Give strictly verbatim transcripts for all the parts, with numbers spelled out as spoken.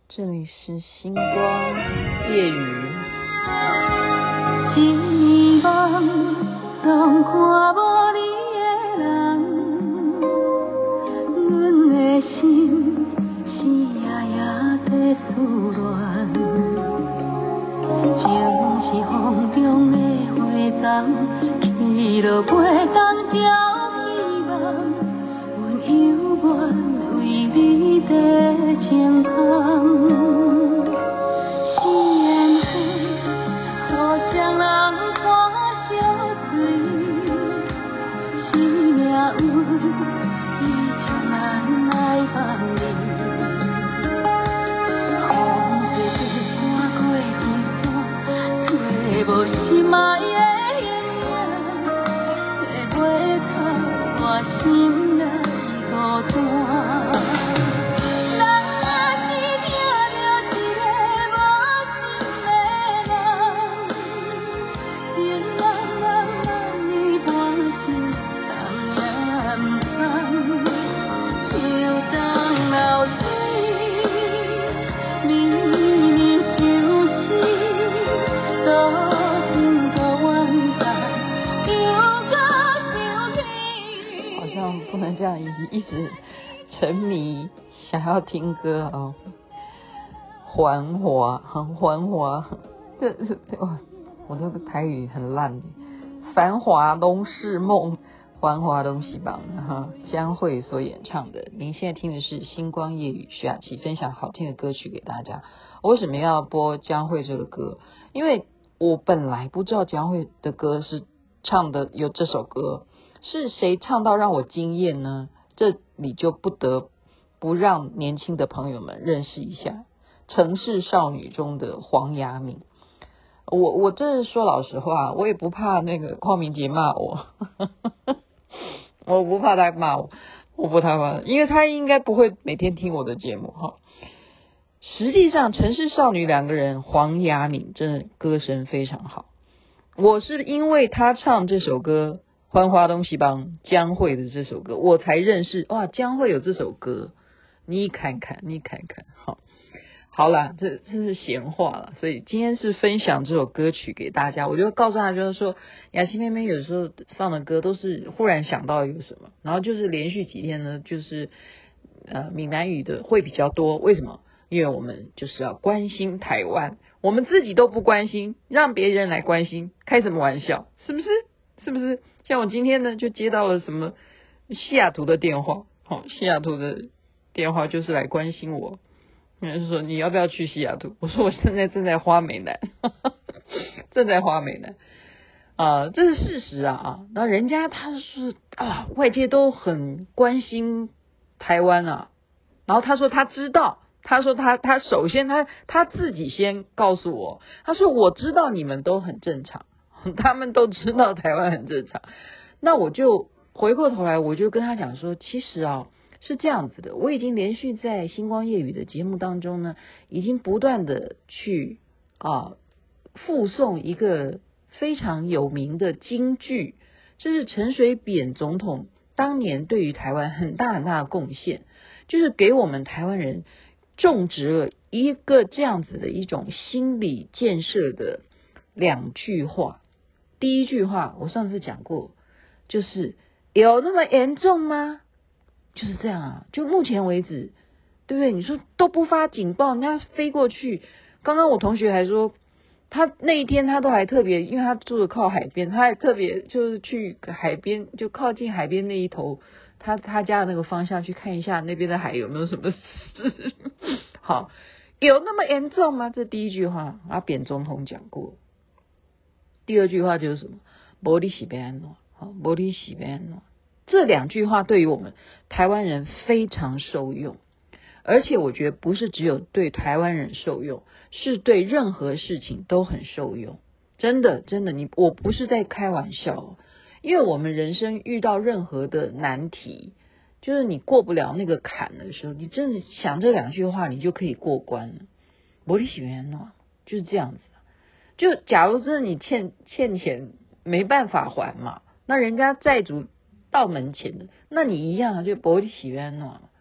这里是星光夜雨。 一梦总看无你的人，阮的心是夜夜在思恋，情是风中的花丛，起落袂当照希望，阮犹原为你在情空。无心爱的姻缘，找袂到我心内孤单。人若是听着一个无心的人，情人人万年半生重也毋通，像当流水，绵绵相思到。 不能这样一直沉迷想要听歌哦，繁华很繁华，这哇，我这个台语很烂，繁华都是梦，繁华东西榜哈，江蕙所演唱的。您现在听的是星光夜雨，徐雅琪分享好听的歌曲给大家。我为什么要播江蕙这个歌？因为我本来不知道江蕙的歌是唱的有这首歌。是谁唱到让我惊艳呢？这里就不得不让年轻的朋友们认识一下城市少女中的黄雅敏。我我这说老实话，我也不怕那个邝明杰骂我我不怕他骂我，我不怕他，因为他应该不会每天听我的节目哈。实际上城市少女两个人，黄雅敏真的歌声非常好，我是因为他唱这首歌繁华东西帮江蕙的这首歌，我才认识哇，江蕙有这首歌，你看看，你看看，好，好啦，这这是闲话了，所以今天是分享这首歌曲给大家，我就告诉大家就是说，雅琪妹妹有时候放的歌都是忽然想到一个什么，然后就是连续几天呢，就是呃闽南语的会比较多，为什么？因为我们就是要关心台湾，我们自己都不关心，让别人来关心，开什么玩笑？是不是？是不是？像我今天呢，就接到了什么西雅图的电话，好、哦，西雅图的电话就是来关心我，就是说你要不要去西雅图？我说我现在正在花美男，正在花美男啊，这是事实啊啊！那人家他是啊，外界都很关心台湾啊，然后他说他知道，他说他他首先他他自己先告诉我，他说我知道你们都很正常。他们都知道台湾很正常，那我就回过头来，我就跟他讲说，其实啊是这样子的，我已经连续在星光夜语的节目当中呢，已经不断的去啊附送一个非常有名的金句，这是陈水扁总统当年对于台湾很大很大的贡献，就是给我们台湾人种植了一个这样子的一种心理建设的两句话。第一句话我上次讲过，就是有那么严重吗？就是这样啊，就目前为止，对不对？你说都不发警报，人家飞过去。刚刚我同学还说，他那一天他都还特别，因为他住的靠海边，他还特别就是去海边，就靠近海边那一头，他他家的那个方向去看一下那边的海有没有什么事。好，有那么严重吗？这第一句话，啊，扁总统讲过。第二句话就是什么？没你是要怎样？好，没你是要怎样？这两句话对于我们台湾人非常受用，而且我觉得不是只有对台湾人受用，是对任何事情都很受用。真的，真的，你我不是在开玩笑，因为我们人生遇到任何的难题，就是你过不了那个坎的时候，你真的想这两句话，你就可以过关了。没你是要怎样？就是这样子。就假如真的你欠欠钱没办法还嘛，那人家债主到门前的，那你一样啊，就不会喜欢嘛。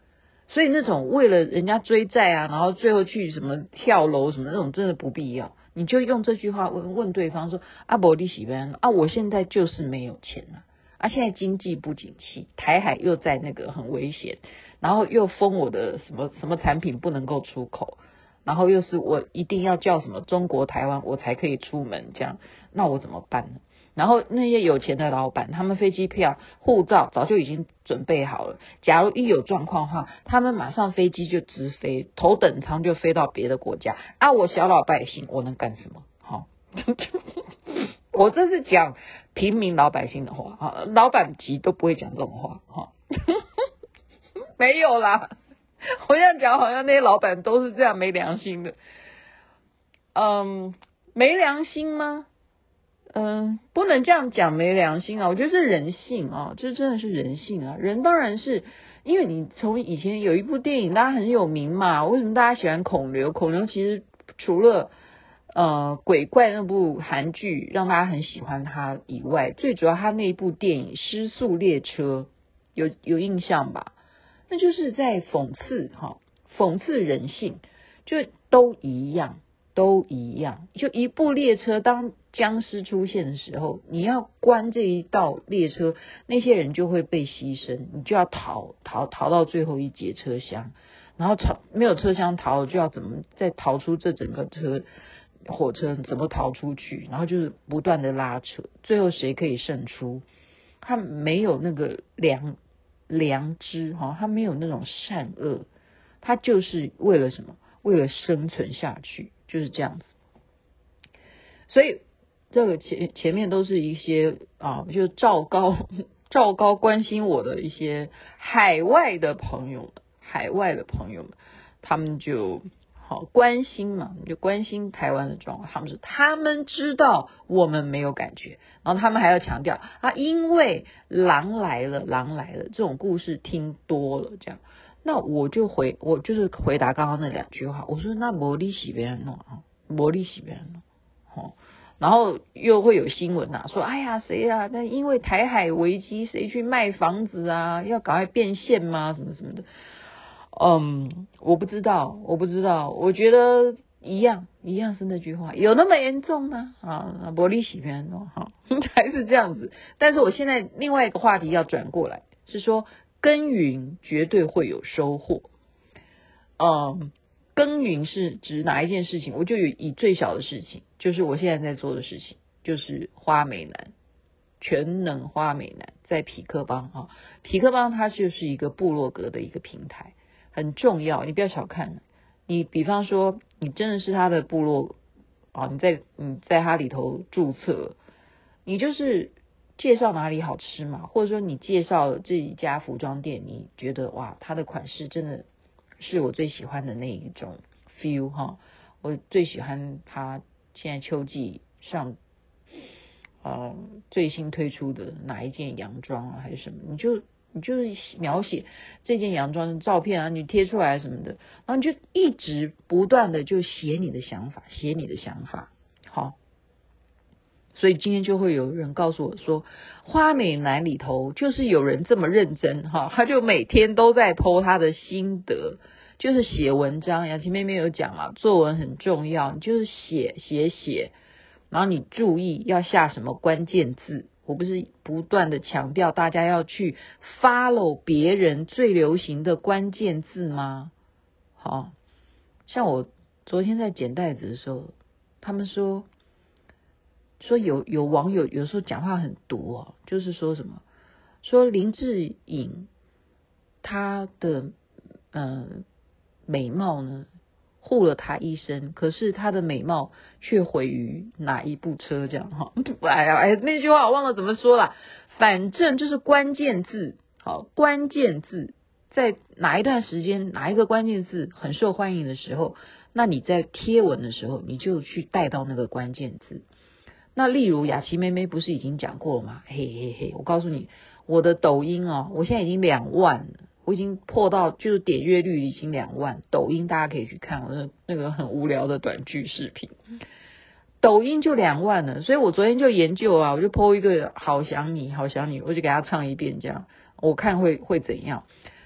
所以那种为了人家追债啊，然后最后去什么跳楼什么那种，真的不必要。你就用这句话问问对方说：啊，没你喜欢啊，我现在就是没有钱啊，啊，现在经济不景气，台海又在那个很危险，然后又封我的什么什么产品不能够出口，然后又是我一定要叫什么中国台湾我才可以出门，这样那我怎么办呢？然后那些有钱的老板，他们飞机票、护照早就已经准备好了。假如一有状况的话，他们马上飞机就直飞，头等舱就飞到别的国家。啊，我小老百姓，我能干什么？好、哦，我这是讲平民老百姓的话啊，老板级都不会讲这种话哈。哦、没有啦，我这样讲好像那些老板都是这样没良心的。嗯，没良心吗？嗯，不能这样讲没良心啊，我觉得是人性啊，这真的是人性啊。人当然是因为你从以前有一部电影大家很有名嘛，为什么大家喜欢孔刘？孔刘其实除了呃鬼怪那部韩剧让大家很喜欢他以外，最主要他那一部电影《失速列车》有有印象吧？那就是在讽刺哈，讽刺人性，就都一样。都一样，就一部列车，当僵尸出现的时候，你要关这一道列车，那些人就会被牺牲，你就要逃逃逃到最后一节车厢，然后逃没有车厢逃，就要怎么再逃出这整个车火车，怎么逃出去？然后就是不断的拉扯，最后谁可以胜出？他没有那个良良知哈，他没有那种善恶，他就是为了什么？为了生存下去。就是这样子，所以这个前前面都是一些啊，就赵高赵高关心我的一些海外的朋友们，海外的朋友们，他们就好关心嘛，就关心台湾的状况。他们是他们知道我们没有感觉，然后他们还要强调啊，因为狼来了，狼来了这种故事听多了，这样。那我就回，我就是回答刚刚那两句话。我说那没利息别人弄啊，没利息别人弄，哦，然后又会有新闻啊，说哎呀谁啊？那因为台海危机，谁去卖房子啊？要赶快变现吗？什么什么的。嗯，我不知道，我不知道。我觉得一样，一样是那句话，有那么严重吗？啊，没利息别人弄，哈，还是这样子。但是我现在另外一个话题要转过来，是说。耕耘绝对会有收获。嗯，耕耘是指哪一件事情？我就有以最小的事情，就是我现在在做的事情，就是花美男，全能花美男，在痞客邦啊，痞客邦它就是一个部落格的一个平台，很重要，你不要小看。你比方说，你真的是他的部落啊，你在你在他里头注册，你就是。介绍哪里好吃嘛，或者说你介绍这一家服装店，你觉得哇，它的款式真的是我最喜欢的那一种 feel 哈，我最喜欢它现在秋季上呃最新推出的哪一件洋装啊，还是什么，你就你就是描写这件洋装的照片啊，你贴出来什么的，然后你就一直不断的就写你的想法，写你的想法，好。所以今天就会有人告诉我说，花美男里头就是有人这么认真哈，他就每天都在 po 他的心得，就是写文章。雅琪妹妹有讲嘛，作文很重要，你就是写写写，然后你注意要下什么关键字。我不是不断的强调大家要去 follow 别人最流行的关键字吗？好，像我昨天在剪带子的时候，他们说。说有有网友有时候讲话很毒哦，就是说什么说林志颖他的呃美貌呢护了他一生，可是他的美貌却毁于哪一部车这样哈？哎呀哎，那句话我忘了怎么说了，反正就是关键字，好，关键字在哪一段时间哪一个关键字很受欢迎的时候，那你在贴文的时候你就去带到那个关键字。那例如雅琪妹妹不是已经讲过了吗？嘿嘿嘿，我告诉你，我的抖音哦，我现在已经两万了，我已经破到就是点阅率已经两万。抖音大家可以去看我的那个很无聊的短剧视频，抖音就两万了。所以我昨天就研究啊，我就 po 一个好想你好想你，我就给他唱一遍，这样我看会会怎样。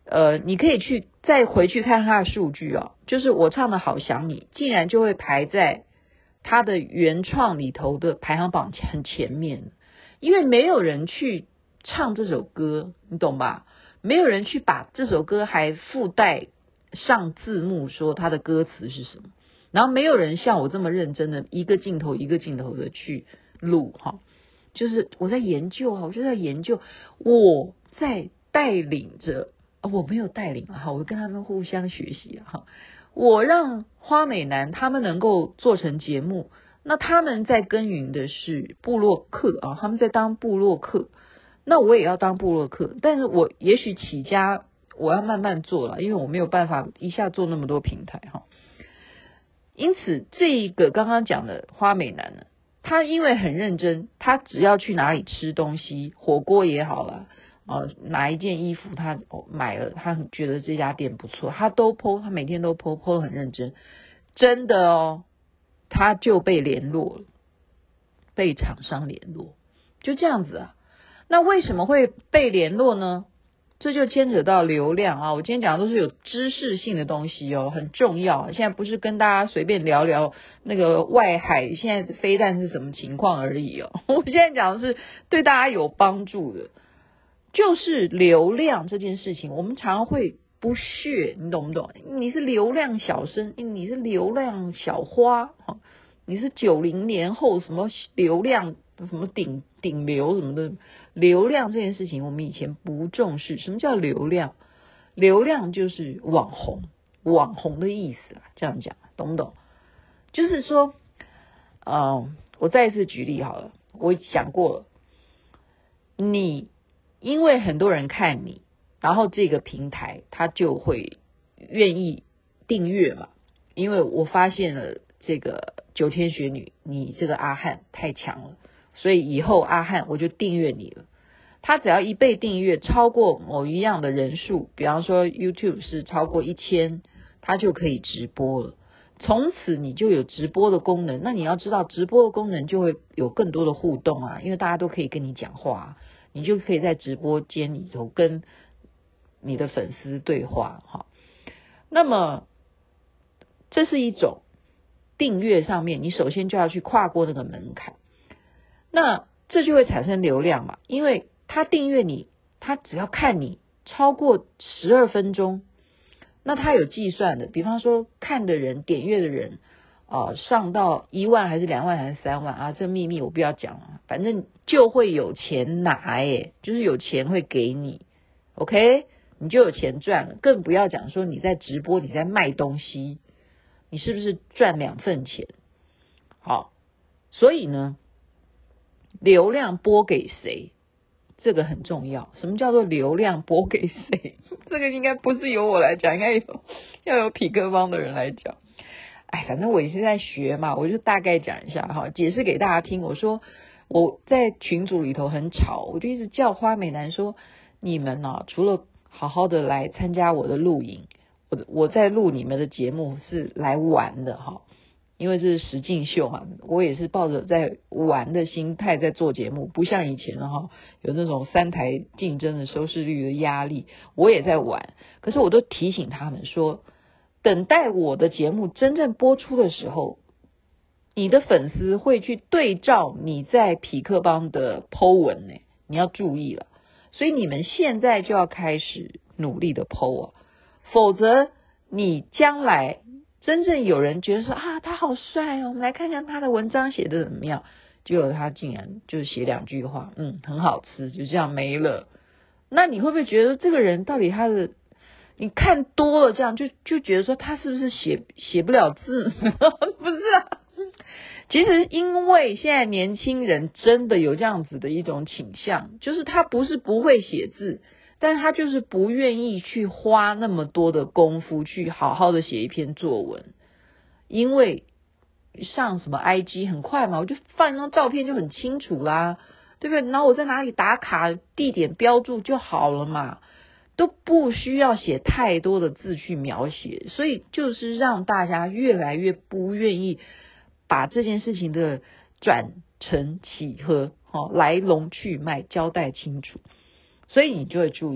呃，你可以去再回去看他的数据哦，就是我唱的好想你竟然就会排在他的原创里头的排行榜很前面，因为没有人去唱这首歌，你懂吧？没有人去把这首歌还附带上字幕说他的歌词是什么，然后没有人像我这么认真的一个镜头一个镜头的去录哈，就是我在研究啊，我就在研究，我在带领着，我没有带领啊，我跟他们互相学习啊，我让花美男他们能够做成节目，那他们在耕耘的是部落客啊，他们在当部落客，那我也要当部落客，但是我也许起家我要慢慢做了，因为我没有办法一下做那么多平台哈。因此这一个刚刚讲的花美男呢，他因为很认真，他只要去哪里吃东西，火锅也好了，呃，哪一件衣服他、哦、买了，他很觉得这家店不错，他都 po， 他每天都 po po 很认真，真的哦，他就被联络了，被厂商联络，就这样子啊。那为什么会被联络呢？这就牵扯到流量啊！我今天讲的都是有知识性的东西哦，很重要。现在不是跟大家随便聊聊那个外海现在飞弹是什么情况而已哦。我现在讲的是对大家有帮助的，就是流量这件事情，我们常常会不屑，你懂不懂？你是流量小生，你是流量小花，你是九零年后什么流量什么顶顶流什么的。流量这件事情我们以前不重视。什么叫流量？流量就是网红，网红的意思啊，这样讲懂不懂？就是说呃，我再一次举例好了，我讲过了，你因为很多人看你，然后这个平台它就会愿意订阅嘛，因为我发现了这个九天玄女你这个阿汉太强了，所以以后阿汉我就订阅你了。他只要一被订阅超过某一样的人数，比方说 YouTube 是超过一千，他就可以直播了，从此你就有直播的功能。那你要知道直播的功能就会有更多的互动啊，因为大家都可以跟你讲话，你就可以在直播间里头跟你的粉丝对话哈。那么这是一种订阅上面，你首先就要去跨过那个门槛，那这就会产生流量嘛，因为他订阅你，他只要看你超过十二分钟，那他有计算的，比方说看的人点阅的人呃，上到一万还是两万还是三万啊，这秘密我不要讲了，反正就会有钱拿耶，就是有钱会给你 OK， 你就有钱赚了，更不要讲说你在直播你在卖东西，你是不是赚两份钱？好，所以呢流量拨给谁这个很重要。什么叫做流量拨给谁？这个应该不是由我来讲，应该有要有匹克邦的人来讲。哎，反正我也是在学嘛，我就大概讲一下哈，解释给大家听。我说我在群组里头很吵，我就一直叫花美男说，你们啊，除了好好的来参加我的录影，我我在录你们的节目是来玩的哈。因为这是实境秀嘛，我也是抱着在玩的心态在做节目，不像以前哈有那种三台竞争的收视率的压力，我也在玩。可是我都提醒他们说，等待我的节目真正播出的时候，你的粉丝会去对照你在匹克邦的 po 文呢，你要注意了。所以你们现在就要开始努力的 po 啊，否则你将来真正有人觉得说啊，他好帅哦，我们来看看他的文章写的怎么样，结果他竟然就写两句话，嗯，很好吃，就这样没了。那你会不会觉得这个人到底他的，你看多了这样就就觉得说他是不是写写不了字？不是啊，其实因为现在年轻人真的有这样子的一种倾向，就是他不是不会写字，但是他就是不愿意去花那么多的功夫去好好的写一篇作文，因为上什么 I G 很快嘛，我就放一张照片就很清楚啦，对不对？然后我在哪里打卡，地点标注就好了嘛，都不需要写太多的字去描写，所以就是让大家越来越不愿意把这件事情的转成几何、哦、来龙去脉交代清楚。所以你就会注意，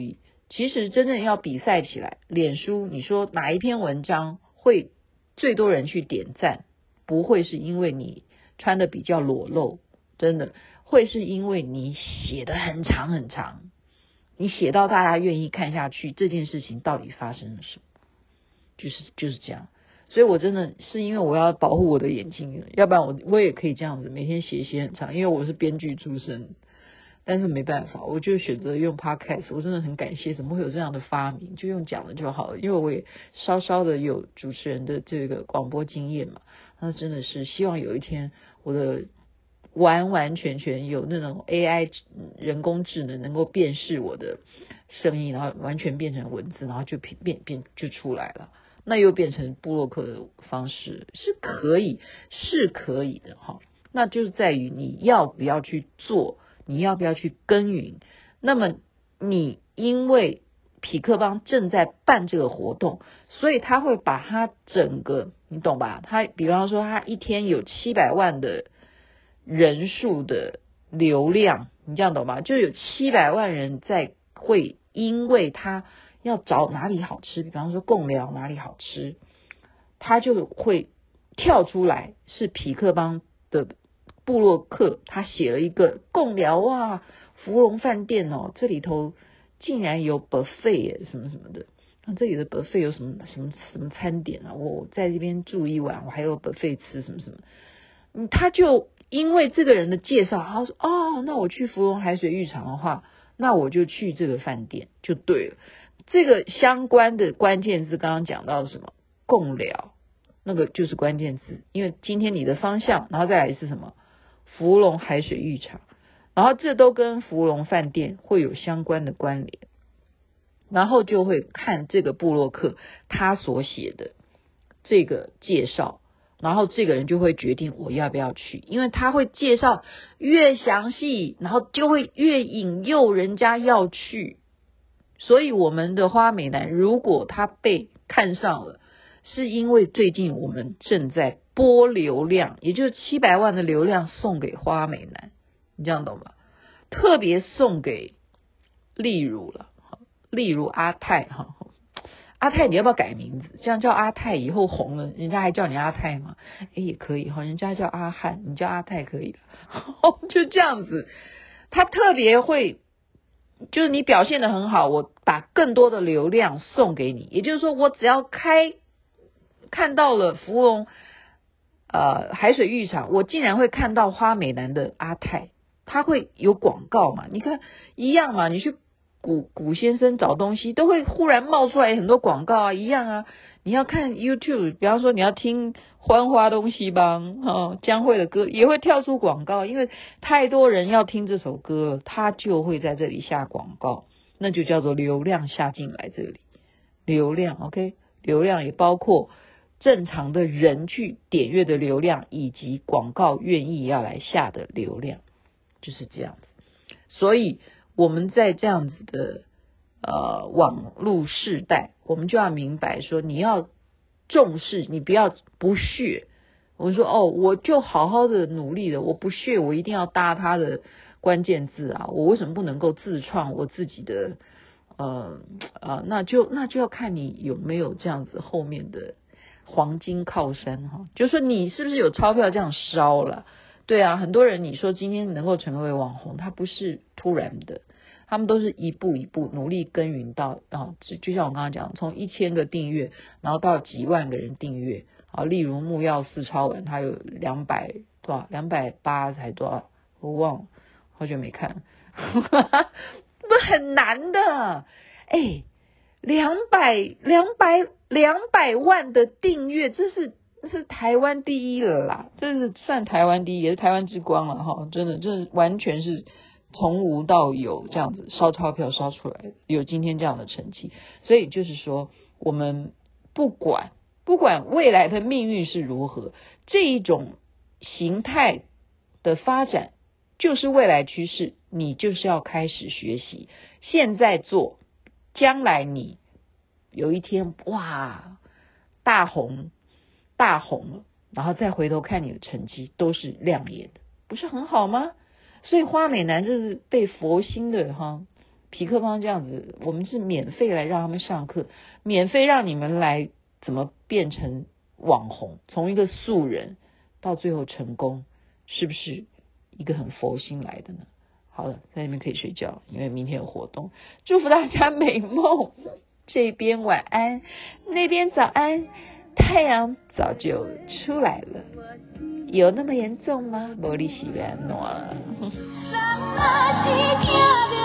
其实真正要比赛起来，脸书你说哪一篇文章会最多人去点赞，不会是因为你穿的比较裸露，真的会是因为你写的很长很长，你写到大家愿意看下去，这件事情到底发生了什么，就是就是这样。所以我真的是因为我要保护我的眼睛，要不然我我也可以这样子每天写写很长，因为我是编剧出身，但是没办法，我就选择用 podcast。 我真的很感谢怎么会有这样的发明，就用讲的就好了，因为我也稍稍的有主持人的这个广播经验嘛。那真的是希望有一天我的完完全全有那种 A I 人工智能能够辨识我的声音，然后完全变成文字，然后就变变就出来了，那又变成部落客的方式，是可以是可以的哈。那就是在于你要不要去做，你要不要去耕耘。那么你因为痞客邦正在办这个活动，所以他会把他整个，你懂吧，他比方说他一天有七百万的人数的流量，你这样懂吗？就有七百万人在会因为他要找哪里好吃，比方说贡寮哪里好吃，他就会跳出来是痞客邦的部落客，他写了一个贡寮哇芙蓉饭店哦，这里头竟然有 buffet 耶什么什么的，那这里的 buffet 有什么什么什么餐点啊，我在这边住一晚我还有 buffet 吃什么什么，嗯，他就因为这个人的介绍，他说哦，那我去芙蓉海水浴场的话，那我就去这个饭店就对了。这个相关的关键字刚刚讲到什么贡寮，那个就是关键字，因为今天你的方向，然后再来是什么芙蓉海水浴场，然后这都跟芙蓉饭店会有相关的关联，然后就会看这个部落客他所写的这个介绍，然后这个人就会决定我要不要去，因为他会介绍越详细，然后就会越引诱人家要去。所以我们的花美男如果他被看上了，是因为最近我们正在播流量，也就是七百万的流量送给花美男，你这样懂吗？特别送给例如了，例如阿泰哈，阿泰你要不要改名字？这样叫阿泰以后红了，人家还叫你阿泰吗？诶也可以哈，人家叫阿汉，你叫阿泰可以了，就这样子。他特别会，就是你表现得很好，我把更多的流量送给你，也就是说我只要开看到了芙蓉呃海水浴场，我竟然会看到花美男的阿泰，他会有广告嘛，你看一样嘛，你去古古先生找东西都会忽然冒出来很多广告啊，一样啊。你要看 YouTube， 比方说你要听欢花东西帮哦，江蕙的歌也会跳出广告，因为太多人要听这首歌了，他就会在这里下广告，那就叫做流量下进来这里。流量 OK， 流量也包括正常的人去点阅的流量，以及广告愿意要来下的流量，就是这样子。所以我们在这样子的呃网络世代，我们就要明白说，你要重视，你不要不屑。我说哦，我就好好的努力的，我不屑，我一定要搭他的关键字啊，我为什么不能够自创我自己的呃呃，那就那就要看你有没有这样子后面的黄金靠山哈，就是说你是不是有钞票这样烧了。对啊，很多人你说今天能够成为网红，他不是突然的，他们都是一步一步努力耕耘到啊，就就像我刚刚讲，从一千个订阅，然后到几万个人订阅啊。例如木曜四超玩，他有两百多少，两百八才多少，我忘了，好久没看，不很难的，哎，两百两百两百万的订阅，这是。这是台湾第一了啦，这是算台湾第一，也是台湾之光了哈！真的，这完全是从无到有这样子烧钞票烧出来的，有今天这样的成绩。所以就是说，我们不管不管未来的命运是如何，这一种形态的发展就是未来趋势，你就是要开始学习，现在做，将来你有一天哇大红。大红了，然后再回头看你的成绩都是亮眼的，不是很好吗？所以花美男就是被佛心的哈， 痞客邦这样子，我们是免费来让他们上课，免费让你们来怎么变成网红，从一个素人到最后成功，是不是一个很佛心来的呢？好了，在那边可以睡觉，因为明天有活动。祝福大家美梦，这边晚安，那边早安，太阳早就出来了。有那么严重吗？没你是要怎样